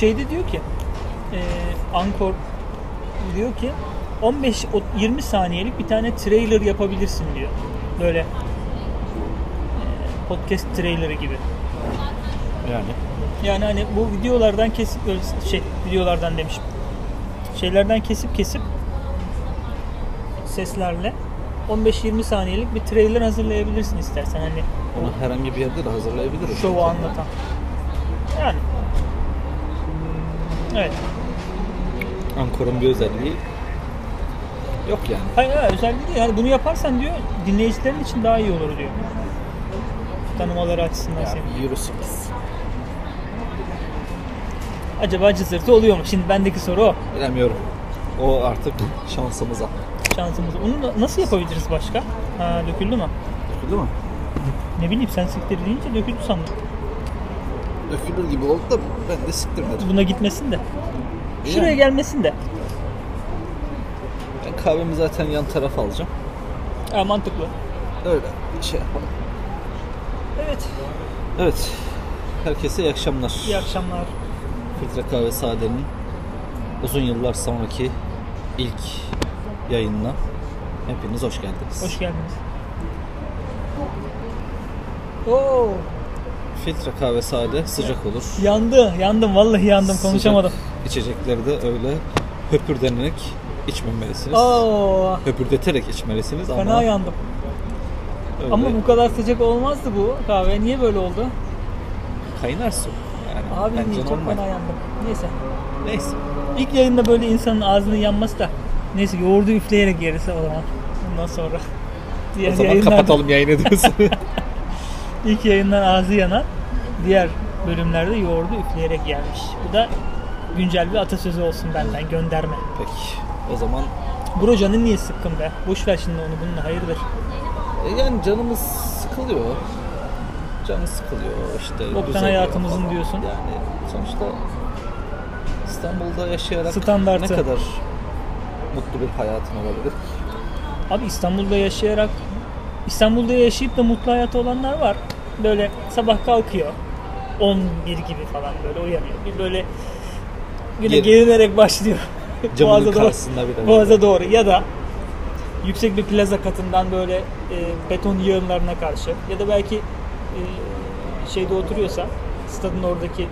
şeyde diyor ki Ankor diyor ki 15-20 saniyelik bir tane trailer yapabilirsin diyor. Böyle podcast trailerı gibi. Yani hani bu videolardan kesip böyle videolardan demişim. Şeylerden kesip seslerle 15-20 saniyelik bir trailer hazırlayabilirsin istersen hani. Onu herhangi bir yerde de hazırlayabiliriz. Şovu anlatan. Yani. Evet. Ankor'un bir özelliği yok yani. Hayır özelliği değil. Yani bunu yaparsan diyor dinleyicilerin için daha iyi olur diyor. Tanımaları açısından yani senin. yürüsünüz. Acaba cızırtı oluyor mu? Şimdi bendeki soru o. Bilemiyorum. O artık şansımıza. Onu nasıl yapabiliriz başka? Ha, döküldü mü? Döküldü mü? Ne bileyim sen siktir deyince döküldü sandım. Dökülür gibi oldu da ben de siktir dedim. Buna gitmesin de. Şuraya gelmesin de. Ben kahvemi zaten yan tarafa alacağım. Ha, mantıklı. Öyle şey yapalım. Evet. Herkese iyi akşamlar. İyi akşamlar. Filtre Kahve Sade'nin uzun yıllar sonraki ilk yayınına hepiniz hoş geldiniz. Hoş geldiniz. Oo. Filtre Kahve Sade sıcak olur. Yandım vallahi yandım, konuşamadım. Sıcak içecekleri de öyle höpürdenerek içmemelisiniz. Oo. Höpürdeterek içmelisiniz ama fena yandım. öyle Ama bu kadar sıcak olmazdı bu kahve. Niye böyle oldu? kaynar su. Yani Abi bence çok normal. fena yandım. Neyse. İlk yayında böyle insanın ağzının yanması da. Neyse yoğurdu üfleyerek yeriz o zaman. Ondan sonra. O zaman kapatalım yayını diyorsun. İlk yayından ağzı yanan, diğer bölümlerde yoğurdu üfleyerek yermiş. Bu da güncel bir atasözü olsun benden, gönderme. Peki. O zaman Bro canın niye sıkkın be? Boş ver şimdi onu bununla, hayırdır? Yani canımız sıkılıyor. Canı sıkılıyor işte. Boktan düzeliyor hayatımızın falan. diyorsun. Yani sonuçta İstanbul'da yaşayarak Standartı. ne kadar mutlu bir hayatın olabilir? Abi İstanbul'da yaşayıp da mutlu hayatı olanlar var. Böyle sabah kalkıyor 11 gibi falan böyle uyanıyor. Bir böyle güne gerinerek başlıyor. Camının karşısında bir de. Boğaza doğru ya da yüksek bir plaza katından böyle beton yığınlarına karşı ya da belki şeyde oturuyorsa stadın oradaki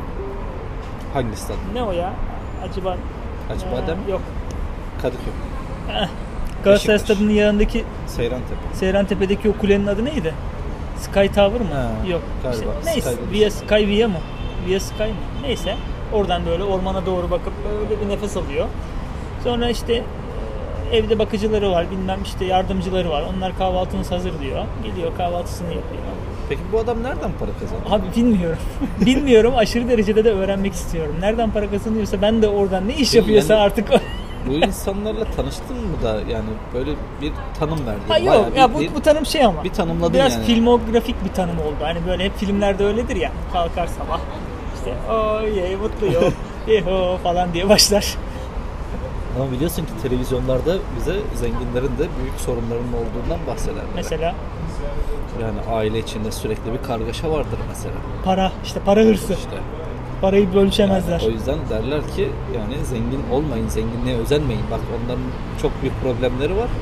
Hangi stad? ne o ya? Acıbadem? Yok. Kadıköy. Galatasaray Beşiktaş. stadının yanındaki Seyrantepe. Seyrantepe'deki o kulenin adı neydi? Sky Tower mı? Ha, Yok. galiba. Neyse. Via mı? Via Sky mı? Neyse. Oradan böyle ormana doğru bakıp böyle bir nefes alıyor. Sonra işte evde bakıcıları var, bilmem işte yardımcıları var. Onlar kahvaltınız hazır diyor. Gidiyor kahvaltısını yapıyor. Peki bu adam nereden para kazanıyor? Abi bilmiyorum. Bilmiyorum. Aşırı derecede de öğrenmek istiyorum. Nereden para kazanıyorsa ben de oradan ne iş Peki yapıyorsa yani, artık. Bu insanlarla tanıştın mı da yani böyle bir tanım verdin? Ha yok ya bu tanım şey ama. Bir tanımladın biraz yani. filmografik bir tanım oldu. Hani böyle hep filmlerde öyledir ya. Kalkar sabah işte mutluyum. Yeho falan diye başlar. Ama biliyorsun ki televizyonlarda bize zenginlerin de büyük sorunlarının olduğundan bahsederler. Mesela yani aile içinde sürekli bir kargaşa vardır mesela. para hırsı. İşte. Parayı bölüşemezler. Yani o yüzden derler ki yani zengin olmayın, zenginliğe özenmeyin. Bak onların çok büyük problemleri var.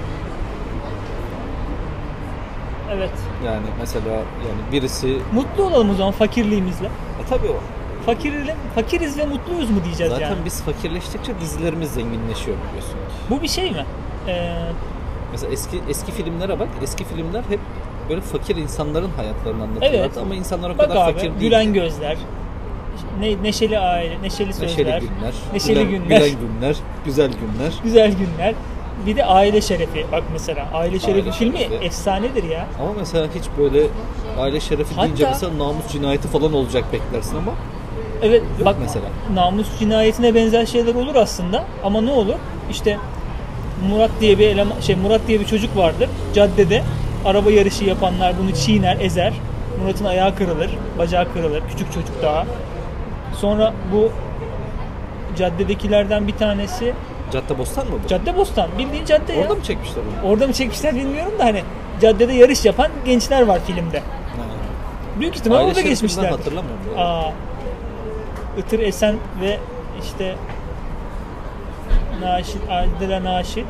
Evet. Yani mesela yani birisi mutlu olalım o zaman fakirliğimizle. Tabii o. Fakiriz ve mutluyuz mu diyeceğiz zaten yani. Zaten biz fakirleştikçe dizilerimiz zenginleşiyor biliyorsun. Bu bir şey mi? Mesela eski filmlere bak. Eski filmler hep böyle fakir insanların hayatlarını anlatıyorlardı evet. Ama insanlar o bak kadar abi, fakir değil. Gülen gözler. Neşeli aile, neşeli sözler. Neşeli günler. Gülen günler, güzel günler. Güzel günler. Bir de Aile Şerefi. Bak mesela Aile Şerefi filmi efsanedir ya. Ama mesela hiç böyle Aile Şerefi deyince mesela namus cinayeti falan olacak beklersin ama. Evet yok bak mesela. Namus cinayetine benzer şeyler olur aslında ama ne olur? İşte Murat diye bir çocuk vardır. Caddede araba yarışı yapanlar bunu çiğner, ezer. Murat'ın ayağı kırılır, bacağı kırılır. Küçük çocuk daha. Sonra bu caddedekilerden bir tanesi Caddebostan mı bu? Caddebostan. Bildiğin cadde ya. Orada mı çekmişler bunu? Orada mı çekmişler bilmiyorum da hani caddede yarış yapan gençler var filmde. Ha. Büyük ihtimal orada geçmişler. Hatırlamıyorum. Itır Esen ve işte Adile Naşit,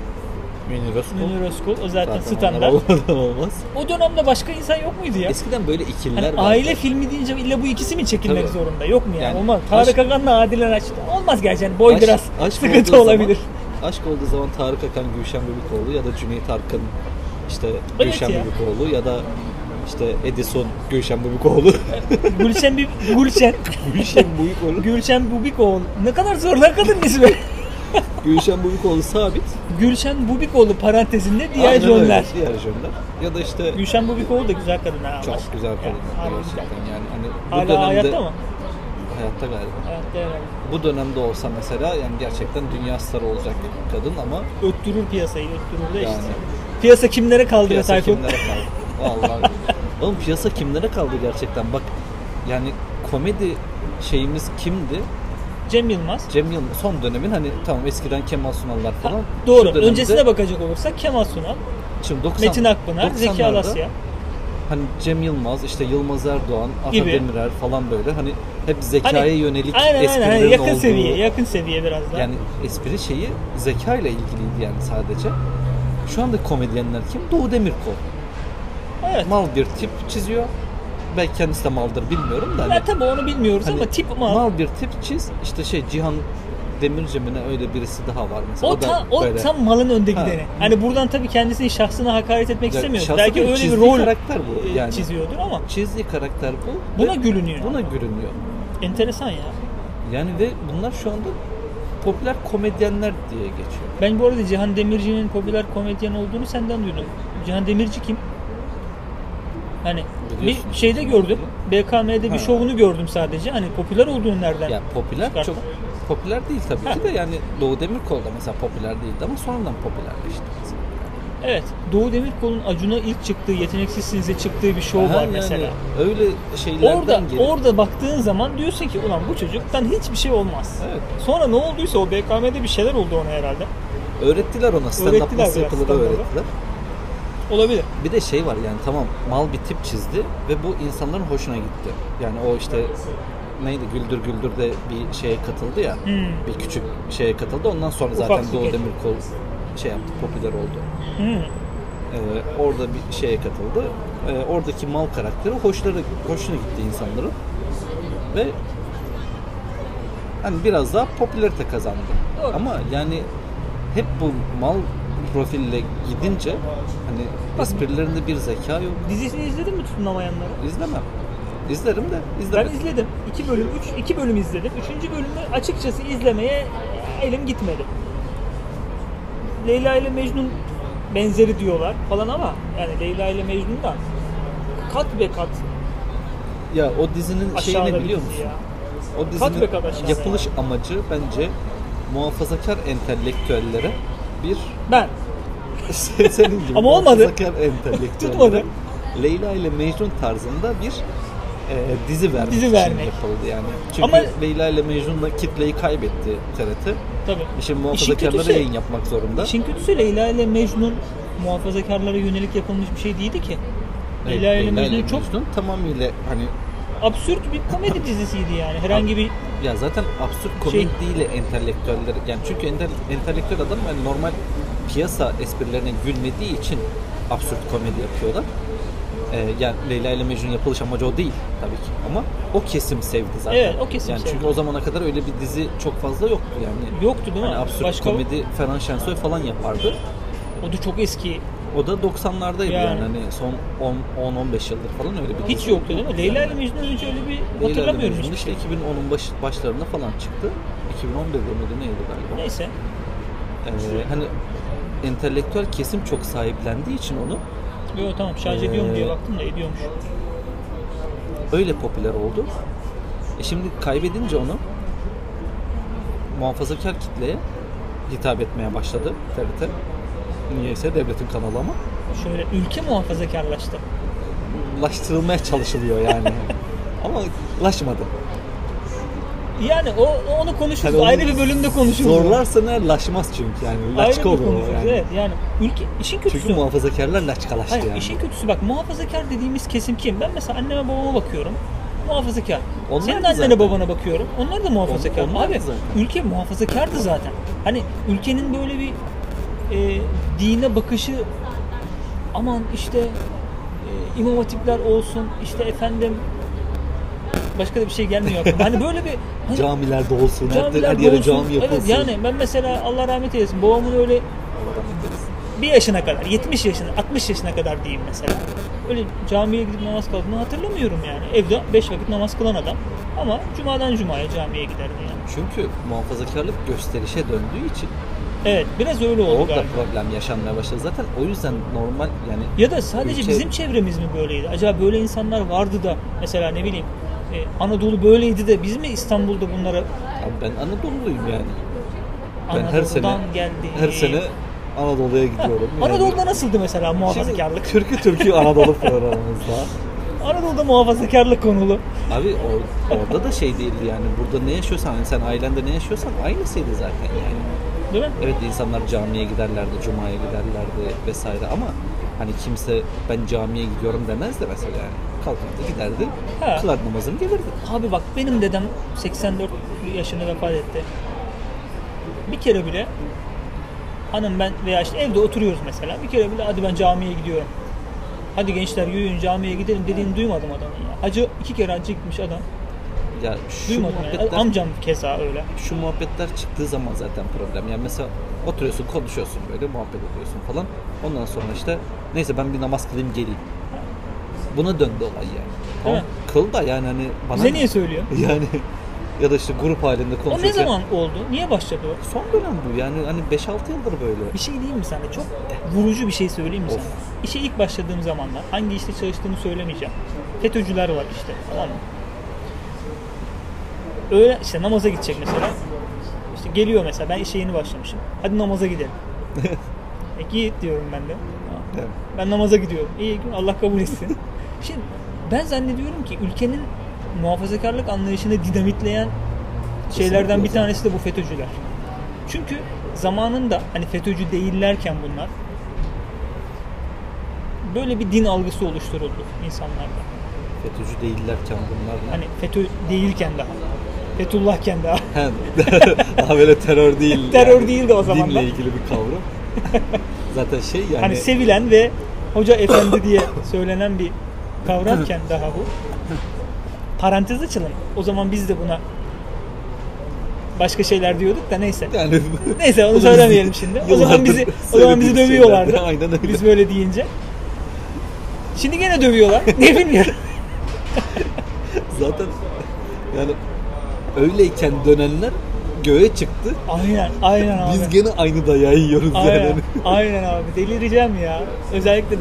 Münir Özkul. O zaten standart. Olmaz. O dönemde başka insan yok muydu ya? Eskiden böyle ikililer Hani vardı. aile filmi deyince illa bu ikisi mi çekilmek Tabii. zorunda? Yok mu yani? Yani Olmaz. Tarık Akan'la Adile Naşit. Olmaz gerçi. Yani boy biraz sıkıntı olduğu olabilir. Aşk olduğu zaman Tarık Akan, Gülşen Bubikoğlu ya da Cüneyt Arkın, işte Evet Gülşen ya. Bubikoğlu ya da işte Edison, Gülşen Bubikoğlu. Gülşen Gülşen Bubikoğlu. Gülşen Bubikoğlu. Ne kadar zor lan kadın ismi. Gülşen Bubikoğlu sabit. Gülşen Bubikoğlu parantezinde diğer Aynen öyle, jönler. diğer jönler. Ya da işte Gülşen Bubikoğlu da güzel kadın ha. çok güzel kadın harbi gerçekten yani hani bu Hala dönemde hayatta mı? hayatta galiba. Hayatta herhalde. Bu dönemde olsa mesela yani gerçekten dünya starı olacak kadın ama Öttürür piyasayı, öttürür de işte. yani Piyasa kimlere kaldı be piyasa Tayfun? kimlere kaldı? Vallahi. Oğlum piyasa kimlere kaldı gerçekten? Bak yani komedi şeyimiz kimdi? Cem Yılmaz. Cem Yılmaz son dönemin hani tamam eskiden Kemal Sunal'lar falan. Doğru. Şu dönemde- Öncesine bakacak olursak Kemal Sunal, Şimdi 90, Metin Akpınar, Zeki 90'larda Alasya. Hani Cem Yılmaz, işte Yılmaz Erdoğan, Ata Gibi. Demirer falan böyle hani hep zekaya Hani, yönelik aynen, esprilerin yakın olduğu. seviye, yakın seviye biraz daha. Yani espri şeyi zekayla ilgiliydi yani sadece. Şu anda komedyenler kim? Doğu Demirkol. evet. Mal bir tip çiziyor. Belki kendisi de maldır bilmiyorum da. Ya Hani, tabii onu bilmiyoruz hani ama tip mal. mal bir tip çiz. İşte şey Cihan Demirci mi ne öyle birisi daha var mesela. O böyle. tam malın önde Ha. gideni. Hani buradan tabii kendisinin şahsına hakaret etmek Ya, istemiyoruz. şahsı Belki değil, öyle bir çizdiği rol karakter bu yani. çiziyordur ama Çizdiği karakter bu. Buna ve gülünüyor. Buna gülünüyor. enteresan ya. Yani ve bunlar şu anda popüler komedyenler diye geçiyor. Ben bu arada Cihan Demirci'nin popüler komedyen olduğunu senden duydum. Cihan Demirci kim? Hani Biliyorsun. bir şeyde gördüm. BKM'de bir Ha. şovunu gördüm sadece. Hani popüler olduğunu nereden? Ya popüler çıkarttın? çok popüler değil tabii ki de yani Doğu Demirkol da mesela popüler değildi ama sonradan popülerleşti mesela. Evet. Doğu Demirkol'un Acun'a ilk çıktığı, Yeteneksizsiniz'e çıktığı bir şov Aha, var yani mesela. öyle şeylerden gelip Orada baktığın zaman diyorsun ki ulan bu çocuktan hiçbir şey olmaz. Evet. Sonra ne olduysa o BKM'de bir şeyler oldu ona herhalde. öğrettiler ona stand-up Öğrettiler nasıl biraz yapılır stand-up'ı. öğrettiler. Olabilir. Bir de şey var yani tamam mal bir tip çizdi ve bu insanların hoşuna gitti. Yani o işte neydi Güldür Güldür'de bir şeye katıldı ya. Bir küçük şeye katıldı. Ondan sonra Ufak zaten skeç. Doğu Demirkol şey yaptı, popüler oldu. Orada bir şeye katıldı. Oradaki mal karakteri hoşuna gitti insanların. Ve hani biraz daha popülarite kazandı. Doğru. Ama yani hep bu mal profille gidince hani esprilerinde bir zeka yok. Dizisini izledin mi Tutunamayanları? İzlemem. İzlerim de Ben izlemem. izledim. 2 bölüm izledim. 3. bölümü açıkçası izlemeye elim gitmedi. Leyla ile Mecnun benzeri diyorlar falan ama yani Leyla ile Mecnun da kat be kat Ya o dizinin aşağıda şeyini bir biliyor dizi musun? ya. O Kat dizinin be kat aşağıda yapılış amacı bence muhafazakar entelektüellere bir Ben. senin gibi Ama olmadı. muhafazakar entelektüellere Tutmadı. Leyla ile Mecnun tarzında bir dizi vermek Dizi için vermek. yapıldı yani. Çünkü Ama- Leyla ile Mecnun'la kitleyi kaybetti TRT. Tabii. Şimdi muhafazakarlara kötüsü- yayın yapmak zorunda. İşin kötüsü Leyla ile Mecnun muhafazakarlara yönelik yapılmış bir şey değildi ki. Leyla ile Mecnun çok Mecnun tamamıyla hani absürt bir komedi dizisiydi yani. Herhangi bir ya zaten absürt komediyle entelektüeller yani çünkü entelektüel adam yani normal piyasa esprilerine gülmediği için absürt komedi yapıyorlar. Yani Leyla ile Mecnun yapılış amacı o değil tabii ki ama o kesim sevdi zaten. Evet, o kesim yani sevdi. çünkü o zamana kadar öyle bir dizi çok fazla yoktu yani. yoktu değil mi? Hani absürt Başka komedi Ferhan Şensoy falan yapardı. o da çok eski. O da 90'lardaydı yani, Yani. hani son 10-15 yıldır falan öyle bir Hiç dizi yoktu değil mi? Leyla ile Mecnun önce öyle bir Leyla ile hatırlamıyorum Mecnun hiçbir işte şey. 2010'un başlarında falan çıktı. 2011'de miydi neydi galiba? Neyse. Hani entelektüel kesim çok sahiplendiği için onu Yo tamam şarj ediyor mu diye baktım da ediyormuş. öyle popüler oldu. Şimdi kaybedince onu muhafazakar kitleye hitap etmeye başladı TRT. Niyeyse devletin kanalı ama Şöyle ülke muhafazakarlaştı. ulaştırılmaya çalışılıyor yani. Ama ulaşmadı. Yani onu konuşuruz. Tabii onu ayrı bir bölümde konuşuruz. Zorlarsan eğer laşmaz çünkü yani. Ayrı Laçka bir olur o konuşuruz. yani. Evet yani ülke işin kötüsü. Çünkü muhafazakarlar laçkalaştı Hayır, yani. işin kötüsü bak muhafazakar dediğimiz kesim kim? Ben mesela anneme babama bakıyorum. muhafazakar. Onlar Senin da annene zaten. babana bakıyorum. Onlar da muhafazakar. Onlar da Abi zaten. ülke muhafazakardı zaten. Hani ülkenin böyle bir dine bakışı, aman işte imam hatipler olsun, işte efendim başka da bir şey gelmiyor aklıma. Hani böyle bir hani, Camilerde olsun, camiler her yere dolsun. cami yapılsın. Evet, yani ben mesela Allah rahmet eylesin babamın öyle bir yaşına kadar, 70 yaşına, 60 yaşına kadar diyeyim mesela. Öyle camiye gidip namaz kıldığını hatırlamıyorum yani. Evde 5 vakit namaz kılan adam ama cumadan cumaya camiye giderdi yani. Çünkü muhafazakarlık gösterişe döndüğü için Evet, biraz öyle oldu orada galiba. problem yaşanmaya başladı. Zaten o yüzden normal yani Ya da sadece ülke- bizim çevremiz mi böyleydi? Acaba böyle insanlar vardı da mesela ne bileyim Anadolu böyleydi de biz mi İstanbul'da bunlara Abi ben Anadolu'luyum yani. Ben Anadolu'dan geldi. her sene Anadolu'ya gidiyorum. Yani. Anadolu'da nasıldı mesela Şimdi muhafazakarlık? Türkü Türkü Anadolu programımızda. Anadolu'da muhafazakarlık konulu. Abi orada da şey değildi yani. Burada ne yaşıyorsan, yani sen ailende ne yaşıyorsan aynısıydı zaten yani. Değil mi? Evet, insanlar camiye giderlerdi, cumaya giderlerdi vesaire ama hani kimse ben camiye gidiyorum demez de mesela yani. Kalkardı giderdi, Ha. kılar namazını gelirdi. Abi bak benim dedem 84 yaşında vefat etti. Bir kere bile hanım ben veya işte evde oturuyoruz mesela. Bir kere bile hadi ben camiye gidiyorum. Hadi gençler yürüyün camiye gidelim dediğini duymadım adamın ya. Hacı 2 kere hacı gitmiş adam. Ya şu Duymadım yani. muhabbetler, Amcam keza öyle. şu muhabbetler çıktığı zaman zaten problem. Yani mesela oturuyorsun, konuşuyorsun böyle, muhabbet ediyorsun falan. Ondan sonra işte neyse ben bir namaz kılayım geleyim. Buna döndü olay yani. Tamam, mi? kıl da yani hani bana Bize niye söylüyor? yani ya da işte grup halinde O ne konuşuyorken. zaman oldu? Niye başladı o? Son dönem bu yani hani 5-6 yıldır böyle. Bir şey diyeyim mi sana? Çok vurucu bir şey söyleyeyim mi Of. sana? İşe ilk başladığım zamanlar, hangi işte çalıştığımı söylemeyeceğim. FETÖ'cüler var işte, tamam mı? Öyle işte namaza gidecek mesela. İşte geliyor mesela, ben işe yeni başlamışım. Hadi namaza gidelim. Git diyorum ben de. Evet. Ben namaza gidiyorum. İyi gün, Allah kabul etsin. Şimdi ben zannediyorum ki ülkenin muhafazakarlık anlayışını dinamitleyen şeylerden bir tanesi de bu FETÖ'cüler. Çünkü zamanında hani FETÖ'cü değillerken bunlar böyle bir din algısı oluşturuldu insanlarda. FETÖ'cü değillerken bunlar Hani FETÖ değilken daha. Fethullahken daha. He, daha böyle terör değil. Terör değildi o zamanlar. Dinle ilgili bir kavram. Zaten şey yani. Hani sevilen ve hoca efendi diye söylenen bir kavramken daha bu. Parantez açalım. O zaman biz de buna başka şeyler diyorduk da neyse. yani Neyse onu Bunu söylemeyelim biz şimdi. O yıllardır zaman bizi söylediğimiz dövüyorlardı. şeylerdi. Aynen öyle. Biz böyle deyince. Şimdi gene dövüyorlar. Ne bilmiyorum. zaten yani öyleyken dönenler göğe çıktı. Aynen abi. Biz gene aynı dayağı yiyoruz Aynen, yani. aynen abi. Delireceğim ya. Özellikle de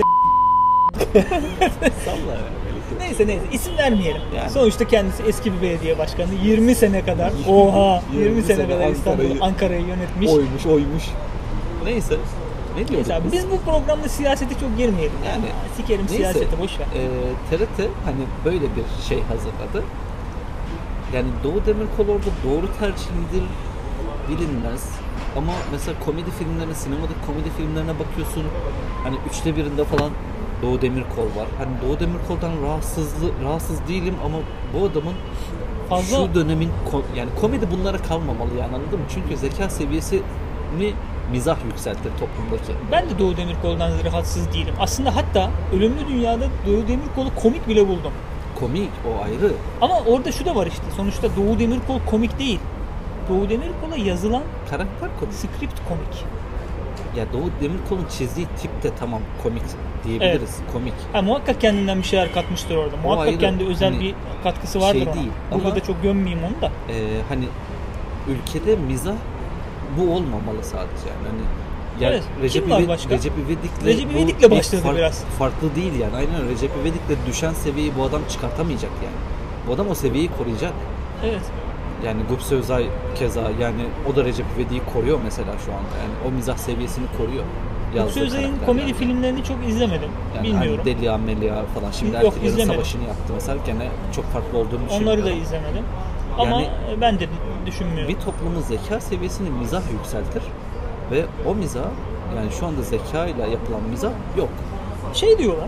Salla yani. neyse isim vermeyelim. Yani. Sonuçta kendisi eski bir belediye başkanı. 20 sene kadar. Oha, 20 sene kadar Ankara'yı- Ankara'yı yönetmiş. Oymuş. Neyse. Ne diyorduk Neyse abi, biz bu programda siyasete çok girmeyelim. Yani Sikerim neyse, siyaseti, boş ver. TRT hani böyle bir şey hazırladı. Yani Doğu Demirkol orada doğru tercih midir bilinmez. Ama mesela komedi filmlerine, sinemadaki komedi filmlerine bakıyorsun. Hani 1/3'ünde falan Doğu Demirkol var. Hani Doğu Demirkol'dan rahatsız değilim ama bu adamın Fazla şu dönemin yani komedi bunlara kalmamalı yani, anladın mı? Çünkü zeka seviyesini mizah yükseltir toplumdaki. ben de Doğu Demirkol'dan rahatsız değilim. Aslında hatta Ölümlü Dünya'da Doğu Demirkol'u komik bile buldum. Komik o ayrı. Ama orada şu da var işte. Sonuçta Doğu Demirkol komik değil. Doğu Demirkol'a yazılan Karakter komik. script komik. Ya Doğu Demirkol'un çizdiği tip de tamam komik diyebiliriz. Komik. Ha, muhakkak kendinden bir şeyler katmıştır orada. O Muhakkak ayrı. kendi özel Hani bir katkısı vardır şey ona. değil. Burada Ama- da çok gömmeyeyim onu da. Hani ülkede mizah bu olmamalı sadece yani. Hani Evet. Kim var başka? Recep İvedik'le Recep bu İvedik'le bir başladı biraz. Farklı değil yani. Aynen, Recep İvedik'le düşen seviyeyi bu adam çıkartamayacak yani. Bu adam o seviyeyi koruyacak. Evet. Yani Gupse Özay keza yani o da Recep İvedik'i koruyor mesela şu anda. Yani o mizah seviyesini koruyor. Gupse Özay'ın komedi filmlerini çok izlemedim. yani Bilmiyorum. Hani Delia Melia falan. Şimdi Yok, Erkeklerin izlemedim. Savaşı'nı yaptı mesela. Gene çok farklı olduğunu düşünüyorum. Onları da izlemedim. Ama Yani ben de düşünmüyorum. bir toplumun zeka seviyesini mizah yükseltir ve o mizah yani şu anda zeka ile yapılan mizah yok. Şey diyorlar.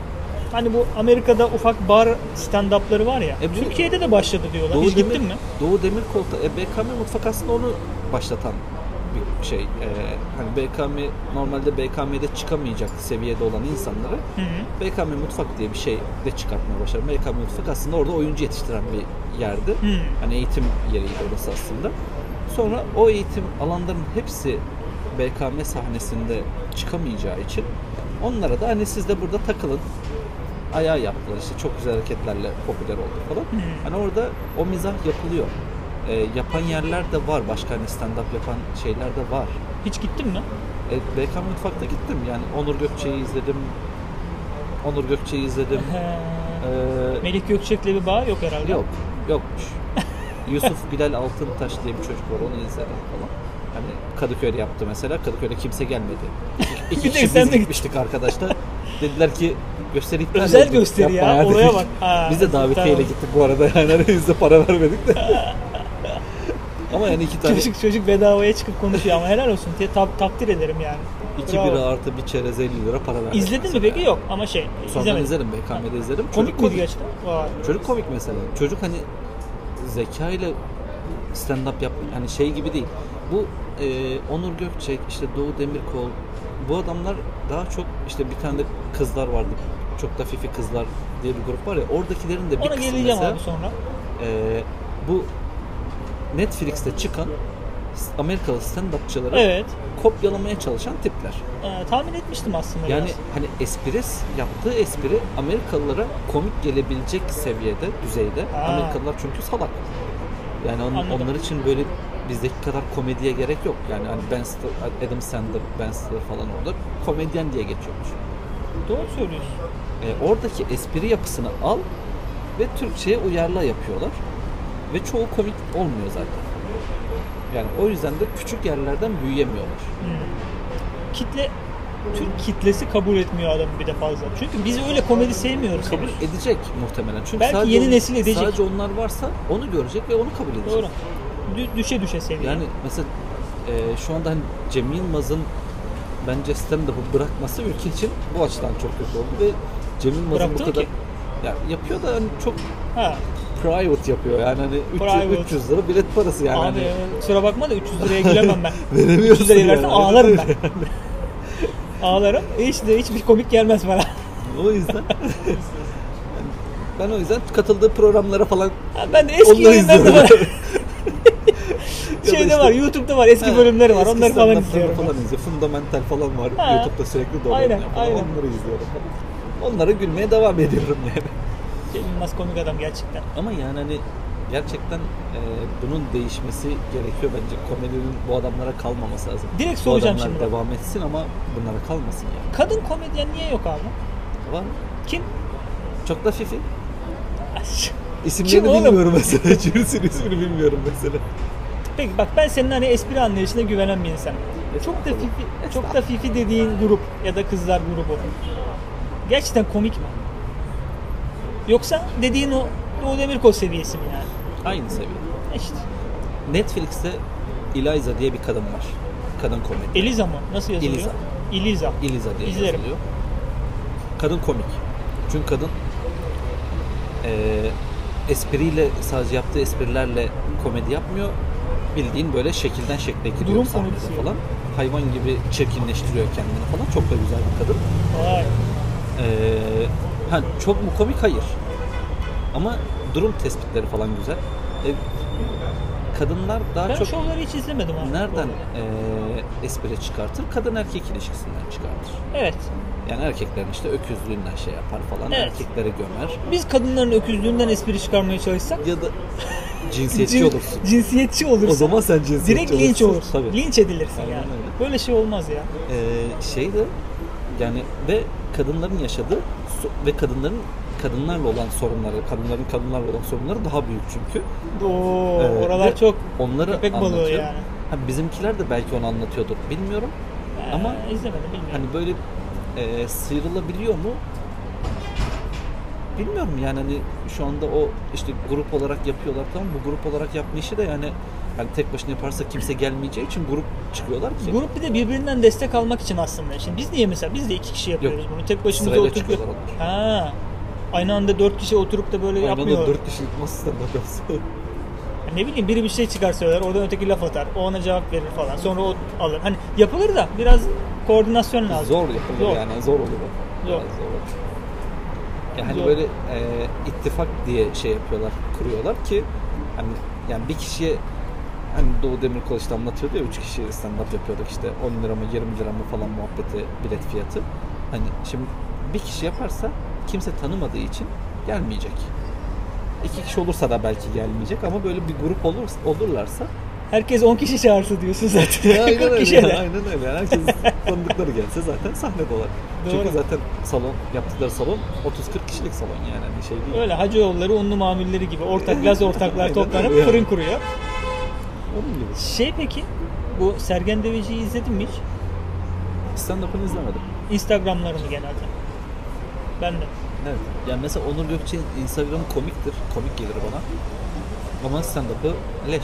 Hani bu Amerika'da ufak bar stand-up'ları var ya. Bu Türkiye'de de başladı diyorlar. Hiç gittin mi? Doğu Demirkol BKM Mutfak aslında onu başlatan bir şey. Hani BKM normalde BKM'de çıkamayacak seviyede olan insanları BKM Mutfak diye bir şey de çıkartmaya başladı. BKM Mutfak aslında orada oyuncu yetiştiren bir yerdi. Hani eğitim yeriydi orası aslında. Sonra o eğitim alanların hepsi BKM sahnesinde çıkamayacağı için onlara da hani siz de burada takılın ayağı yaptılar, işte çok güzel hareketlerle popüler oldu falan. Hani orada o mizah yapılıyor. Yapan yerler de var. Başka hani stand-up yapan şeyler de var. Hiç gittin mi? BKM Mutfak'ta gittim. Yani Onur Gökçe'yi izledim. Melih Gökçek'le bir bağ yok herhalde. Yokmuş. Yusuf Bilal Altıntaş diye bir çocuk var. Onu izledim falan. Hani Kadıköy'de yaptı mesela. Kadıköy'de kimse gelmedi. İki kişi biz gitmiştik arkadaşlar. Dediler ki gösteri iptal özel oldu. gösteri Yapma ya. Olaya bak. Biz de davetiyeyle gittik bu arada. Yani biz de para vermedik de. Ama yani iki tane... Çocuk bedavaya çıkıp konuşuyor ama helal olsun diye takdir ederim yani. 2 bira artı bir çerez 50 lira para verdik. İzledin mi peki? Yok ama Sonra izlerim, BKM'de izlerim. Komik miydi gerçekten? Çocuk komik mesela. Çocuk hani zekayla stand-up yap, hani şey gibi değil. Bu Onur Gökçek, işte Doğu Demirkol, bu adamlar daha çok işte bir tane de kızlar vardı. Çok da Fifi Kızlar diye bir grup var ya. Oradakilerin de bir kısmı mesela. Abi sonra. Bu Netflix'te çıkan Amerikalı stand-upçıları kopyalamaya çalışan tipler. Tahmin etmiştim aslında. Yani hani yaptığı espri Amerikalılara komik gelebilecek seviyede, düzeyde. Amerikalılar çünkü salak. Yani onlar için böyle bizdeki kadar komediye gerek yok. Yani hani Adam Sandler, Ben Stiller falan orada komedyen diye geçiyormuş. Doğru söylüyorsun. Oradaki espri yapısını al ve Türkçe'ye uyarla yapıyorlar. Ve çoğu komik olmuyor zaten. Yani o yüzden de küçük yerlerden büyüyemiyorlar. Türk kitlesi kabul etmiyor adamı bir de fazla. Çünkü biz öyle komedi sevmiyoruz. Kabul edecek muhtemelen. Çünkü belki yeni nesil edecek. Sadece onlar varsa onu görecek ve onu kabul edecek. Doğru. Düşe seviye. Yani mesela şu anda hani Cem Yılmaz'ın bence stand-up'ı bırakması ülke için bu açıdan çok kötü oldu ve Cem Yılmaz'ın bu kadar yapıyor da hani çok private yapıyor. Yani hani 300 lira bilet parası yani. Abi kusura bakma da 300 liraya gülemem ben. Veremiyorsun 300 liraya versem ağlarım ben. Yani. Ağlarım. Hiçbir komik gelmez bana. O yüzden ben o yüzden katıldığı programlara falan ben de eski yayınlarda var. Şeyde var, YouTube'da var, eski bölümleri var. Onları falan izliyorum. Fundamental falan var. YouTube'da sürekli dolanıyor. Aynen. Onları izliyorum falan. Onlara gülmeye devam ediyorum yani. Cem Yılmaz komik adam gerçekten. Ama yani hani gerçekten bunun değişmesi gerekiyor bence. Komedinin bu adamlara kalmaması lazım. Direkt soracağım şimdi. Devam etsin ama bunlara kalmasın yani. Kadın komedyen niye yok abi? Var. Kim? Çok da Fifi. İsimlerini bilmiyorum mesela. Hiçbirisinin ismini bilmiyorum mesela. Peki bak ben senin hani espri anlayışına güvenen bir insanım. Çok da Fifi dediğin grup ya da kızlar grubu. Gerçekten komik mi? Yoksa dediğin o Doğu Demirkol seviyesi mi yani? Aynı seviye. İşte. Netflix'te Eliza diye bir kadın var. Kadın komedi. Eliza mı? Nasıl yazılıyor? Eliza diye İzlerim. yazılıyor. Kadın komik. Çünkü kadın espriyle, sadece yaptığı esprilerle komedi yapmıyor. Bildiğin böyle şekilden şekle gidiyor sahnede falan. Hayvan gibi çirkinleştiriyor kendini falan. Çok da güzel bir kadın. Vay. Çok mu komik? Hayır. Ama durum tespitleri falan güzel. Kadınlar daha çok... Ben şovları hiç izlemedim abi. Nereden espri çıkartır? Kadın erkek ilişkisinden çıkartır. Evet. Yani erkeklerin işte öküzlüğünden şey yapar falan. Evet. Erkekleri gömer. Biz kadınların öküzlüğünden espri çıkarmaya çalışsak... Ya da cinsiyetçi olursun. Cinsiyetçi olursun. O zaman sen cinsiyetçi direkt olursun. linç olursun. Tabii. Linç edilirsin aynen yani. Öyle. Böyle şey olmaz ya. Yani ve kadınların yaşadığı ve kadınlarla olan sorunları daha büyük çünkü. Oralar çok onları köpek balığı yani. Bizimkiler de belki onu anlatıyordur. Bilmiyorum. Ama izlemedim, bilmiyorum. Hani böyle sıyrılabiliyor mu? Bilmiyorum yani hani şu anda o işte grup olarak yapıyorlar, tamam, bu grup olarak yapma işi de yani hani tek başına yaparsa kimse gelmeyeceği için grup çıkıyorlar ki. Grup bir de birbirinden destek almak için aslında. Şimdi biz niye mesela biz de 2 kişi yapıyoruz bunu. Tek başımıza Sırayla oturup çıkıyorlar onlar. Ha. Aynı anda 4 kişi oturup da böyle Aynı yapmıyor. anda 4 kişilik nasıl stand-up yapsa? Ne bileyim biri bir şey çıkar söyler, oradan öteki laf atar, o ona cevap verir falan. Sonra o alır. Hani yapılır da biraz koordinasyon lazım. Zor yapılır yani, zor olur. Zor. Zor. Yani Zor. böyle ittifak diye şey yapıyorlar, kuruyorlar ki hani yani bir kişiye hani Doğu Demirkol işte anlatıyordu ya 3 kişi stand-up yapıyorduk işte 10 lira mı 20 lira mı falan muhabbeti bilet fiyatı. Hani şimdi bir kişi yaparsa kimse tanımadığı için gelmeyecek. 2 kişi olursa da belki gelmeyecek ama böyle bir grup olurlarsa Herkes 10 kişi çağırsa diyorsun zaten. aynen 40 öyle. kişiye de. Aynen öyle. Yani herkes tanıdıkları gelse zaten sahnedeler. Doğru. Çünkü zaten salon yaptıkları salon 30-40 kişilik salon yani hani şey değil. Öyle hacı yolları, unlu mamulleri gibi ortak laz ortaklar Aynen toplanıp öyle. fırın kuruyor. Onun gibi. Şey peki, bu Sergen Deveci'yi izledin mi hiç? Stand-up'ını izlemedim. Instagramlarını genelde. Ben de. Evet. Yani mesela Onur Gökçe'nin Instagram'ı komiktir. Komik gelir bana. Ama stand-up'ı leş.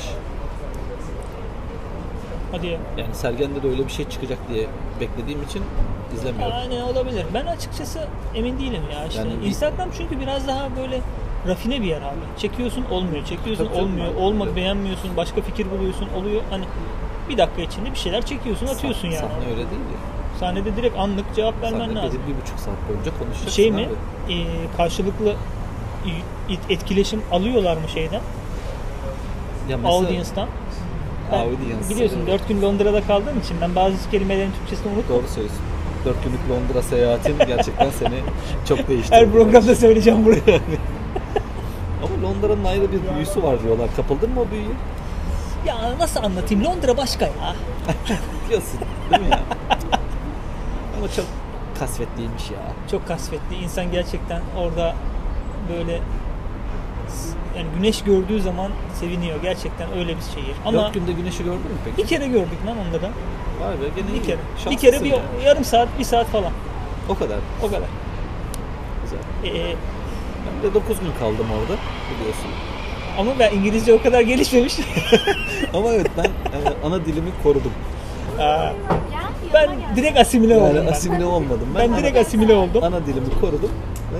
Hadi ya. Yani Sergen'de de öyle bir şey çıkacak diye beklediğim için izlemiyorum. Yani olabilir. Ben açıkçası emin değilim ya. İşte Yani Instagram çünkü biraz daha böyle rafine bir yer abi. Çekiyorsun olmuyor, çekiyorsun Tabii canım. olmuyor, olmadı beğenmiyorsun, başka fikir buluyorsun oluyor. Hani bir dakika içinde bir şeyler çekiyorsun, atıyorsun yani. Sahne öyle değil ya. Sahnede direkt anlık cevap vermen Sahne lazım. 1,5 saat boyunca konuşacaksın Şey mi? abi. Karşılıklı etkileşim alıyorlar mı şeyden? Ya mesela, Audience'dan. Ben Audience. biliyorsun 4 gün Londra'da kaldığım için ben bazı kelimelerin Türkçesini unuttum. Doğru söylüyorsun. 4 günlük Londra seyahatin gerçekten seni çok değiştirdi. Her programda söyleyeceğim burayı. Ama Londra'nın ayrı bir büyüsü var diyorlar. Kapıldın mı o büyüye? Ya nasıl anlatayım? Londra başka ya. Diyorsun değil mi ya? Ama çok kasvetliymiş ya. Çok kasvetli. İnsan gerçekten orada böyle yani güneş gördüğü zaman seviniyor. Gerçekten öyle bir şehir. Ama 4 günde güneşi gördün mü peki? bir kere gördük lan onda da. Vay be gene Bir iyi. kere. Bir Şanslısın kere bir yani. yarım saat, bir saat falan. O kadar. O kadar. Güzel. Ee, Ben de 9 gün kaldım orada biliyorsun. ama ben İngilizce o kadar gelişmemiş. Ama evet ben ana dilimi korudum. Aa, ben direkt asimile oldum. Yani Ben. asimile olmadım. Ben direkt asimile oldum. Ana dilimi korudum ve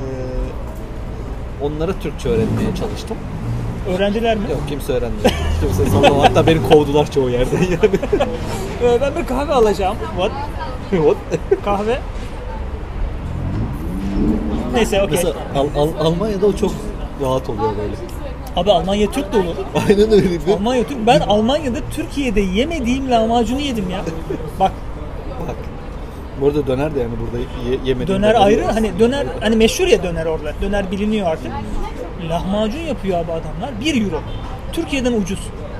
onlara Türkçe öğretmeye çalıştım. Öğrenciler mi? Yok kimse öğrenmedi. Kimse sallama. Hatta beni kovdular çoğu yerden yani. Ben bir kahve alacağım. What? What? Kahve. Neyse okey. Mesela Almanya'da o çok rahat oluyor böyle. Abi Almanya Türk dolu. Aynen öyle. Almanya Türk. Ben Almanya'da Türkiye'de yemediğim lahmacunu yedim ya. Bak Bak. Bu arada döner de yani burada yemedim. döner ayrı. Hani döner hani meşhur ya döner orada. Döner biliniyor artık. Lahmacun yapıyor abi adamlar. 1 euro. Türkiye'den ucuz.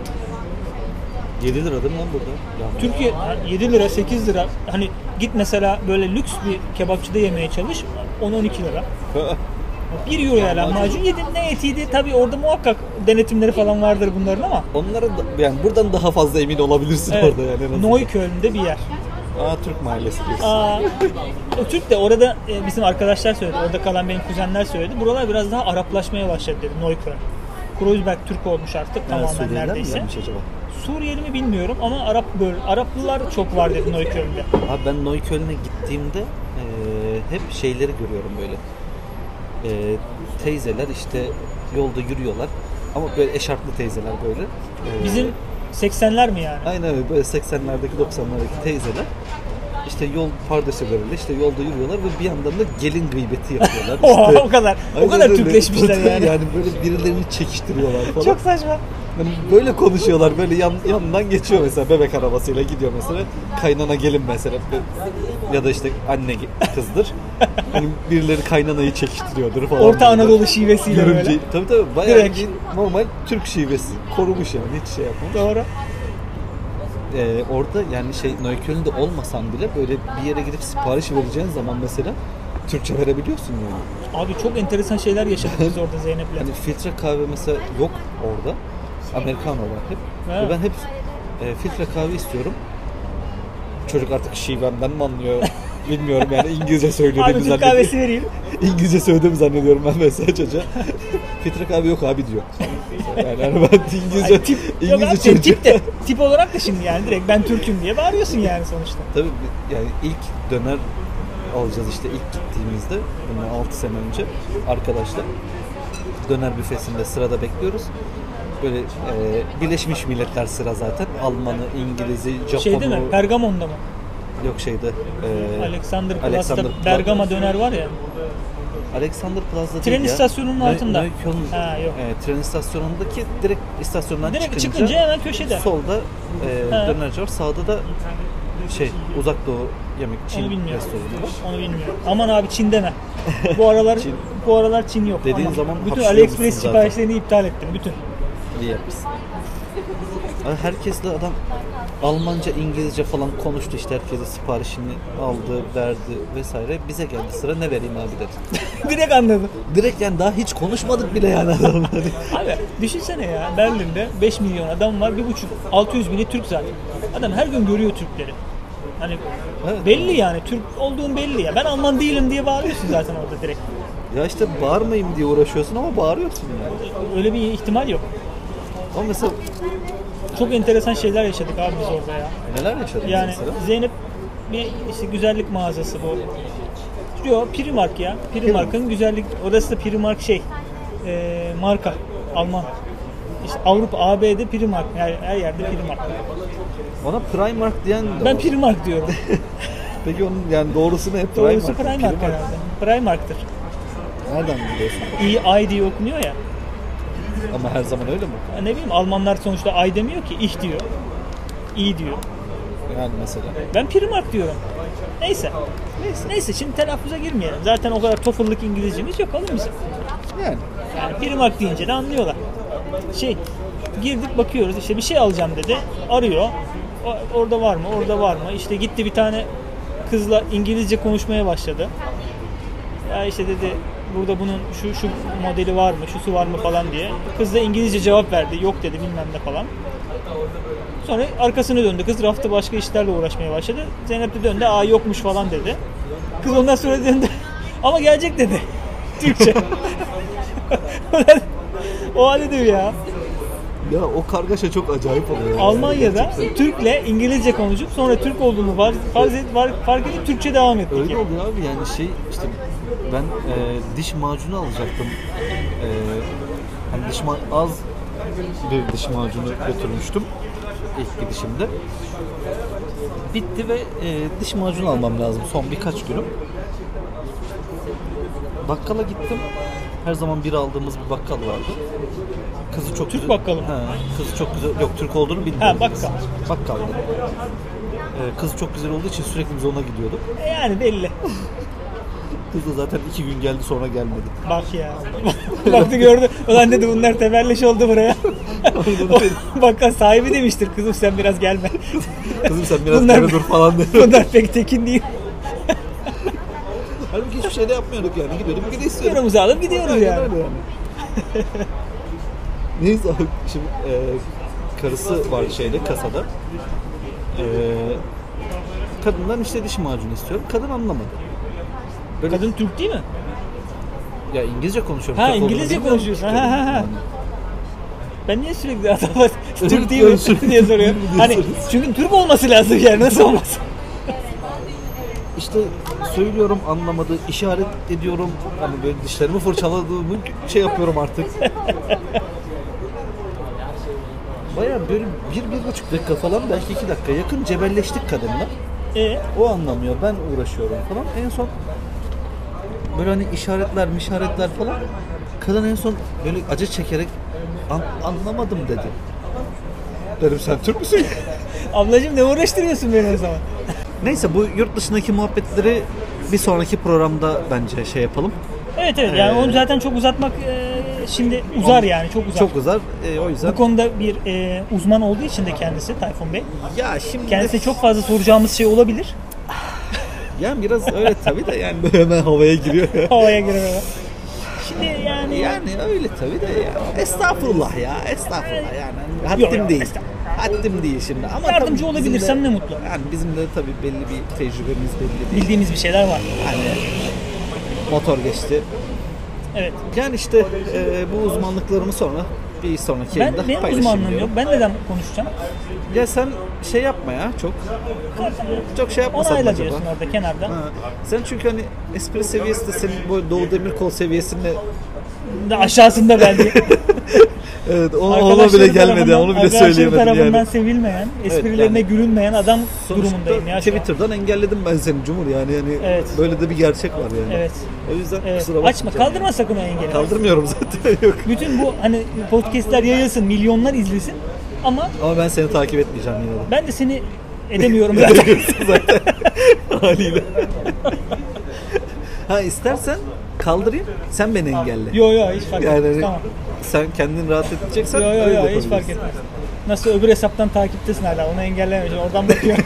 7 lira değil mi lan burada? Yani. Türkiye 7 lira 8 lira. Hani git mesela böyle lüks bir kebapçıda yemeye çalış. 10-12 lira. 1 euroya lahmacun yedim. Ne etiydi? Tabii orada muhakkak denetimleri falan vardır bunların ama. Onlara da, yani buradan daha fazla emin olabilirsin Evet. orada yani. en azından. Neukölln'de bir yer. Türk mahallesi diyorsun. O Türk de orada bizim arkadaşlar söyledi. Orada kalan benim kuzenler söyledi. Buralar biraz daha Araplaşmaya başladı dedi Neukölln. Kreuzberg Türk olmuş artık tamamen Suriyeliler mi neredeyse. gelmiş acaba? Suriyeli mi bilmiyorum ama Araplılar çok var dedi Neukölln'de. Abi ben Neukölln'e gittiğimde hep şeyleri görüyorum böyle. Teyzeler işte yolda yürüyorlar. Ama böyle eşarplı teyzeler böyle. Bizim 80'ler mi yani? Aynen öyle böyle 80'lerdeki 90'lardaki teyzeler. İşte yol pardesüleriyle işte yolda yürüyorlar ve bir yandan da gelin gıybeti yapıyorlar. Oha, İşte, o kadar. O aynen kadar öyle. Türkleşmişler yani. Yani böyle birilerini çekiştiriyorlar falan. Çok saçma. Yani böyle konuşuyorlar böyle yanından geçiyor mesela bebek arabasıyla gidiyor mesela kaynana gelin mesela ya da işte anne kızdır hani birileri kaynanayı çekiştiriyordur falan. Orta böyle. Anadolu şivesiyle Görümce, böyle. tabii bayağı Direkt. bir normal Türk şivesi korumuş yani hiç şey yapmamış. Doğru. Orada yani Neukölln'de olmasan bile böyle bir yere gidip sipariş vereceğin zaman mesela Türkçe verebiliyorsun yani. Abi çok enteresan şeyler yaşadık biz orada Zeynep'le. Hani filtre kahve mesela yok orada. Americano var hep. He. Ve ben hep filtre kahve istiyorum. Çocuk artık şivemden mi anlıyor? Bilmiyorum yani İngilizce söylediğimi Abi Türk kahvesi vereyim. İngilizce söylediğimi zannediyorum ben mesela çocuğa. Filtre kahve yok abi diyor. Yani ben İngilizce, Ay, tip, yok abi, İngilizce tip de tip olarak da şimdi yani direkt ben Türk'üm diye bağırıyorsun yani sonuçta. Tabii yani ilk döner alacağız işte ilk gittiğimizde bundan 6 sene önce arkadaşlar döner büfesinde sırada bekliyoruz. Böyle Birleşmiş Milletler sıra zaten. Almanı, İngiliz'i, Japon'u. Şey değil mi? Pergamon'da mı? Yok şeyde. Alexander Plaza'da Bergama döner var ya. Alexander Plaza değil Tren ya. istasyonunun altında. Ha, yok. Tren istasyonundaki direkt istasyondan direkt çıkınca hemen köşede. Solda dönerci var. Sağda da Uzak Doğu yemek Çin restoranı var. Onu bilmiyorum. Aman abi Çin deme. Bu aralar Çin. bu aralar Çin yok. Dediğin Aman. zaman bütün hapşırıyor AliExpress musun siparişlerini iptal ettim bütün. İyi yapmışsın. Herkesle adam Almanca, İngilizce falan konuştu işte herkese siparişini aldı, verdi vesaire. Bize geldi sıra ne vereyim abi dedi. Direkt anladım. Direkt yani daha hiç konuşmadık bile yani adamla. Abi düşünsene ya Berlin'de 5 milyon adam var 600 bini Türk zaten. Adam her gün görüyor Türkleri. Hani Evet. belli yani Türk olduğun belli ya. Ben Alman değilim diye bağırıyorsun zaten orada direkt. Ya işte bağırmayayım diye uğraşıyorsun ama bağırıyorsun yani. Öyle bir ihtimal yok. Ama mesela Çok enteresan şeyler yaşadık abi biz orada ya. neler yaşadın Yani mesela? Zeynep bir işte güzellik mağazası bu. Yok Primark ya. Primark'ın güzellik orası da Primark marka Alman. İşte Avrupa AB'de Primark. Yani her yerde Primark. Bana Primark diyen de Ben var. Primark diyorum. Peki onun yani doğrusu ne? Doğrusu Primark herhalde. Primark'tır. Nereden biliyorsun? I diye okunuyor ya. Ama her zaman öyle mi? Ne bileyim Almanlar sonuçta I demiyor ki ich diyor. I diyor. Yani mesela. Ben Primark diyorum. Neyse şimdi telaffuza girmeyelim. Zaten o kadar TOEFL'lık İngilizcemiz yok oğlum bizim. Yani. Yani Primark deyince de anlıyorlar. Girdik bakıyoruz işte bir şey alacağım dedi. Arıyor. Orada var mı? Orada var mı? İşte gitti bir tane kızla İngilizce konuşmaya başladı. Ya işte dedi burada bunun şu modeli var mı? Şusu var mı falan diye. Kız da İngilizce cevap verdi. Yok dedi bilmem ne falan. Sonra arkasını döndü. Kız rafta başka işlerle uğraşmaya başladı. Zeynep de döndü. Yokmuş falan dedi. Kız ondan sonra döndü. Ama gelecek dedi. Türkçe. O halde diyor ya. Ya o kargaşa çok acayip oluyor. Almanya'da Türk'le İngilizce konuşup sonra Türk olduğunu fark edip Türkçe devam ettik. Öyle oluyor abi yani işte ben diş macunu alacaktım. Hani az bir diş macunu götürmüştüm ilk gidişimde. Bitti ve diş macunu almam lazım son birkaç günüm. Bakkala gittim. Her zaman bir aldığımız bir bakkal vardı. Kızı çok Türk güzel. bakkalı mı? Kızı çok güzel. Yok Türk olduğunu bilmiyorum. Ha bakkal. Bakkaldı. Kızı çok güzel olduğu için sürekli biz ona gidiyorduk. Yani belli. Kız da zaten 2 gün geldi sonra gelmedi. Bak ya. Baktı gördü. Ulan dedi bunlar temelleş oldu buraya. Bakkal sahibi demiştir. Kızım sen biraz gelme. Kızım sen biraz geri dur falan dedi. Bunlar pek tekin değil. Halbuki hiçbir şey de yapmıyorduk yani. Gidiyorduk bir de istiyorduk. Yanımızı alıp gidiyoruz yani. Neyse şimdi karısı var kasada. Kadından işte diş macunu istiyorum. Kadın anlamadı. Böyle, Kadın Türk değil mi? Ya İngilizce konuşuyorum. Ha Türk İngilizce olduğunu konuşuyorsun. bilmiyorum. Ha. Ben niye sürekli adama Türk Evet, değil mi yani diye soruyorum. Hani soruyorsun. çünkü Türk olması lazım yani nasıl olmaz? İşte söylüyorum anlamadı, işaret ediyorum. Hani böyle dişlerimi fırçaladığımı yapıyorum artık. Baya böyle 1-1,5 dakika falan belki 2 dakika yakın cebelleştik kadınla. O anlamıyor, ben uğraşıyorum falan. En son böyle hani işaretler falan. Kadın en son böyle acı çekerek anlamadım dedi. Dedim sen Türk müsün? Ablacığım ne uğraştırıyorsun beni o zaman? Neyse bu yurt dışındaki muhabbetleri bir sonraki programda bence yapalım. Evet yani onu zaten çok uzatmak şimdi uzar yani çok uzar. Çok uzar o yüzden. Bu konuda bir uzman olduğu için de kendisi Tayfun Bey. Ya şimdi Kendisine çok fazla soracağımız şey olabilir. Yani biraz öyle tabii de yani böyle hemen havaya giriyor. Havaya giremem. Şimdi yani öyle tabii de ya. Estağfurullah ya. Estağfurullah yani. Haddim Yok, değil. haddim değil şimdi. Ama Yardımcı tabii olabilirsem bizim de- ne mutlu. Yani bizim de tabii belli bir tecrübemiz belli değil. Bildiğimiz bir şeyler var. Yani motor geçti. Evet. Yani işte bu uzmanlıklarımı sonra bir sonraki yayında Benim paylaşayım uzmanlığım diyorum. yok. Ben neden konuşacağım? Ya sen şey yapma ya çok şey yapmasan mı Onayla acaba? diyorsun orada kenarda. Ha. Sen çünkü hani espri seviyesi de senin bu Doğu Demirkol seviyesinde Da aşağısında belki. evet ona Arkadaşları bile gelmedi tarafından- onu bile arkadaşları söyleyemedim tarafından yani. sevilmeyen, esprilerine yani gülünmeyen adam Sonuçta durumundayım ya şu an. Twitter'dan engelledim ben seni Cumhur yani Evet. böyle de bir gerçek var yani. Evet. O yüzden Evet. kusura bakma. Açma, kaldırma sakın o engeli. Kaldırmıyorum zaten yok. Bütün bu hani podcastler yayılsın, milyonlar izlesin ama Ama ben seni takip etmeyeceğim yine de. ben de seni edemiyorum zaten. zaten haliyle. Ha istersen kaldırayım sen beni engelle. Yo hiç fark Yani etmez. Tamam. sen kendini rahat edeceksen Yo öyle de hiç yapabiliriz. fark etmez. Nasıl öbür hesaptan takiptesin hala, onu engellemeyeceğim. Oradan bakıyorum.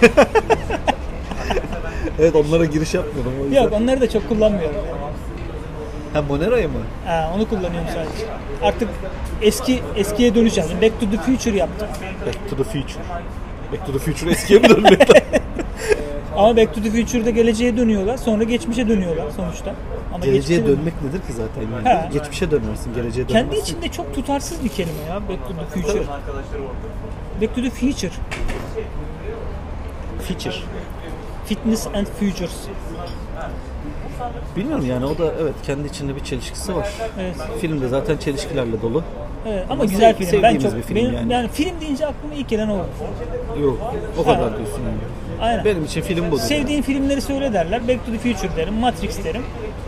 Evet onlara giriş yapmıyorum o yüzden. Yok, onları da çok kullanmıyorum. Ha Monera'yı mı? Ha, onu kullanıyorum sadece. Artık eskiye dönüş yaptım. Back to the Future yaptım. Back to the Future. Back to the Future eskiye mi dönmek? Ama Back to the Future'da geleceğe dönüyorlar, sonra geçmişe dönüyorlar sonuçta. Ama Geleceğe geçmişe dönmek nedir ki zaten yani? Ha. Geçmişe dönersin, geleceğe dönemezsin. Kendi içinde çok tutarsız bir kelime ya, Back to the Future. Back to the Future. Feature. Fitness and Futures. Bilmiyorum yani o da evet kendi içinde bir çelişkisi var. Evet. Filmde zaten çelişkilerle dolu. Evet, ama Ama güzel film. Ben sevdiğimiz çok bir film benim, yani. film deyince aklıma ilk gelen o oldu. Yok o kadar Ha. diyorsun yani. Aynen. Benim için film budur. Sevdiğin filmleri söyle derler. Back to the Future derim, Matrix derim.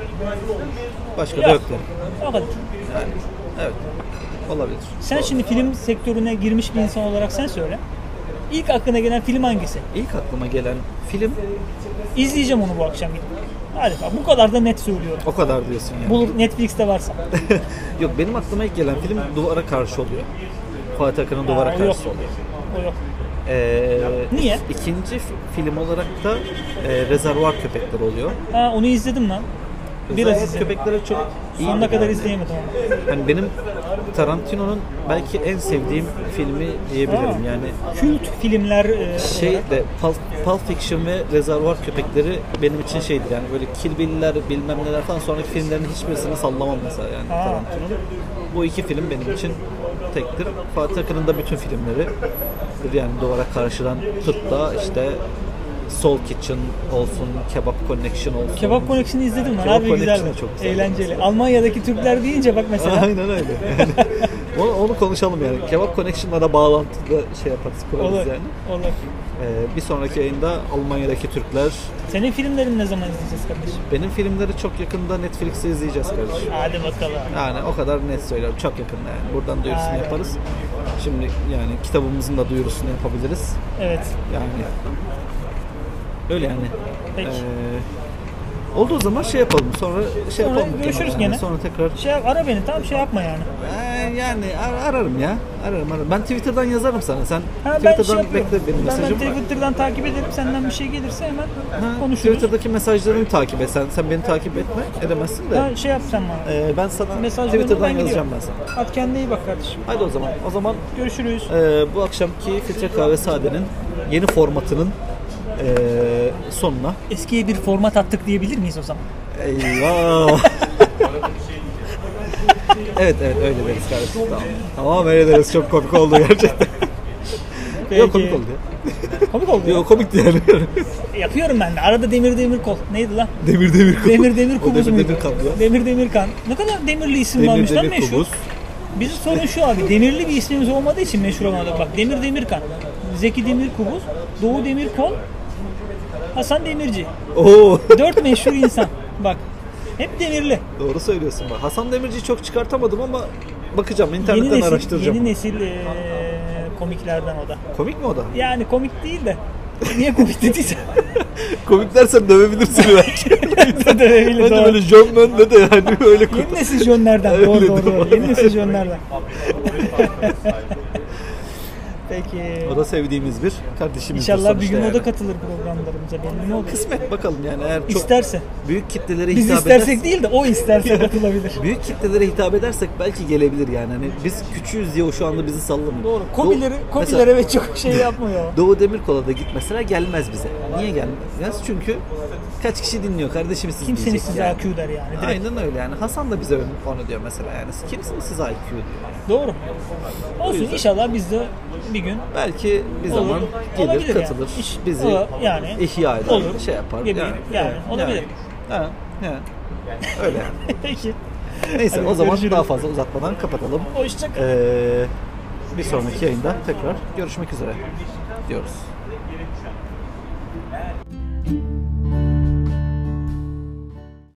Başka da yok yani. O kadar. Evet. Olabilir. Sen şimdi film sektörüne girmiş bir insan olarak sen söyle. İlk aklına gelen film hangisi? İlk aklıma gelen film İzleyeceğim onu bu akşam gidip. Hadi bak, bu kadar da net söylüyorum. o kadar diyorsun yani. Bulur, Netflix'te varsa. Yok benim aklıma ilk gelen film Duvara Karşı oluyor. Fatih Akın'ın Duvara o yok. Karşı oluyor. O yok. Niye? İkinci film olarak da Rezervuar Köpekleri oluyor. Ha, onu izledim lan. Biraz Rezervuar izledim. Köpekleri çok iyi. Sonuna kadar izleyemedim ama. Yani benim Tarantino'nun belki en sevdiğim filmi diyebilirim. Yani Kült filmler şey olarak. de Pulp Fiction ve Rezervuar Köpekleri benim için şeydir yani böyle Kill Bill'ler bilmem neler falan sonraki filmlerin hiçbirisini sallamam mesela yani Tarantino'nun. Bu iki film benim için tektir. Fatih Akın'ın da bütün filmleri yani Duvara Karşı'dan tut da işte Soul Kitchen olsun, Kebap Connection olsun. Kebap Connection'ı izledim lan. Kebap Abi güzel. Connection çok güzel. Eğlenceli. Almanya'daki Türkler deyince bak mesela. Aynen öyle. Yani onu konuşalım yani. Kebap Connection'la da bağlantıda şey yaparız, kurarız Olur. yani. Olur. Bir sonraki yayında Almanya'daki Türkler. Senin filmlerini ne zaman izleyeceğiz kardeşim? Benim filmleri çok yakında Netflix'te izleyeceğiz kardeşim. Hadi bakalım. Yani o kadar net söylüyorum. Çok yakında yani. Buradan duyurusunu Aynen. yaparız. Şimdi yani kitabımızın da duyurusunu yapabiliriz. Evet. Yani öyle yani. Peki. Olduğu zaman şey yapalım. Sonra şey Sonra yapalım. görüşürüz yani. gene. Sonra tekrar Ara beni, tamam, şey yapma yani. yani ararım ya. Ararım. Ben Twitter'dan yazarım sana. Sen Ha, ben Twitter'dan yapıyorum. bekle benim Ben mesajım var. Twitter'dan takip ederim. Senden bir şey gelirse hemen Ha, konuşuruz. Twitter'daki mesajlarını takip et. Sen beni takip etme. Edemezsin de. Ha, şey yap sen bana. Ben sana Mesaj Twitter'dan gönder, ben yazacağım gidiyorum. ben sana. Hadi kendine iyi bak kardeşim. Haydi o zaman. O zaman Görüşürüz. bu akşamki Filtre Kahve Sade'nin yeni formatının sonuna. Eskiye bir format attık diyebilir miyiz o zaman? Eyvah. evet öyle deriz kardeşim. Tamam öyle deriz. Çok komik oldu gerçekten. Peki. Yok komik oldu ya. Komik oldu ya. Yok komikti yani. Yapıyorum ben de. Arada Demir kol. Neydi lan? Demir kol. Demir kubuz O muydu? Demir kan ya. Demir kan. Ne kadar demirli isim varmış lan meşhur. kubuz. Bizim sorun şu abi. Demirli bir ismimiz olmadığı için meşhur olmadı. Bak Demir kan. Zeki Demir kubuz. Doğu Demir kol. Hasan Demirci. Oo. 4 meşhur insan. Bak. Hep demirli. Doğru söylüyorsun bak. Hasan Demirci'yi çok çıkartamadım ama bakacağım internetten araştıracağım. Yeni nesil komiklerden o da. Komik mi o da? Yani komik değil de. Niye komik dediysen. Komik dersen dövebilirsin belki. Dövebilir, Bence doğru. böyle John Mön'le de yani öyle Yeni nesil jönlerden. Öyle Doğru. değil mi? Yeni nesil jönlerden. Peki. O da sevdiğimiz bir kardeşimiz. İnşallah bir gün o da katılır programlarımıza. Belli mi olur? Kısmet bakalım yani, eğer çok İsterse. büyük kitlelere Biz hitap istersek edersek, değil de o isterse katılabilir. büyük kitlelere hitap edersek belki gelebilir yani. Hani biz küçüğüz diye o şu anda bizi sallamıyor. Doğru. Mesela Kobilere ve çok şey yapmıyor. Doğu Demirkol'a da git mesela, gelmez bize. Niye gelmez? Çünkü kaç kişi dinliyor kardeşimiz siz Kimsiniz diyecek siz yani. AQ der yani. Direkt. Aynen öyle yani. Hasan da bize onu diyor mesela yani. Kimsiniz siz IQ diyor. Doğru. Olsun, yüzden. inşallah biz de bir gün Belki bir olur. zaman gelir, Olabilir katılır. yani. Bizi yani ihya eder, olur şey yapar. gibi. Yani olabilir. Ha, öyle yani. Peki. Neyse, Hadi o zaman görüşürüz. daha fazla uzatmadan kapatalım. Hoşça kal. Bir sonraki yayında tekrar görüşmek üzere diyoruz.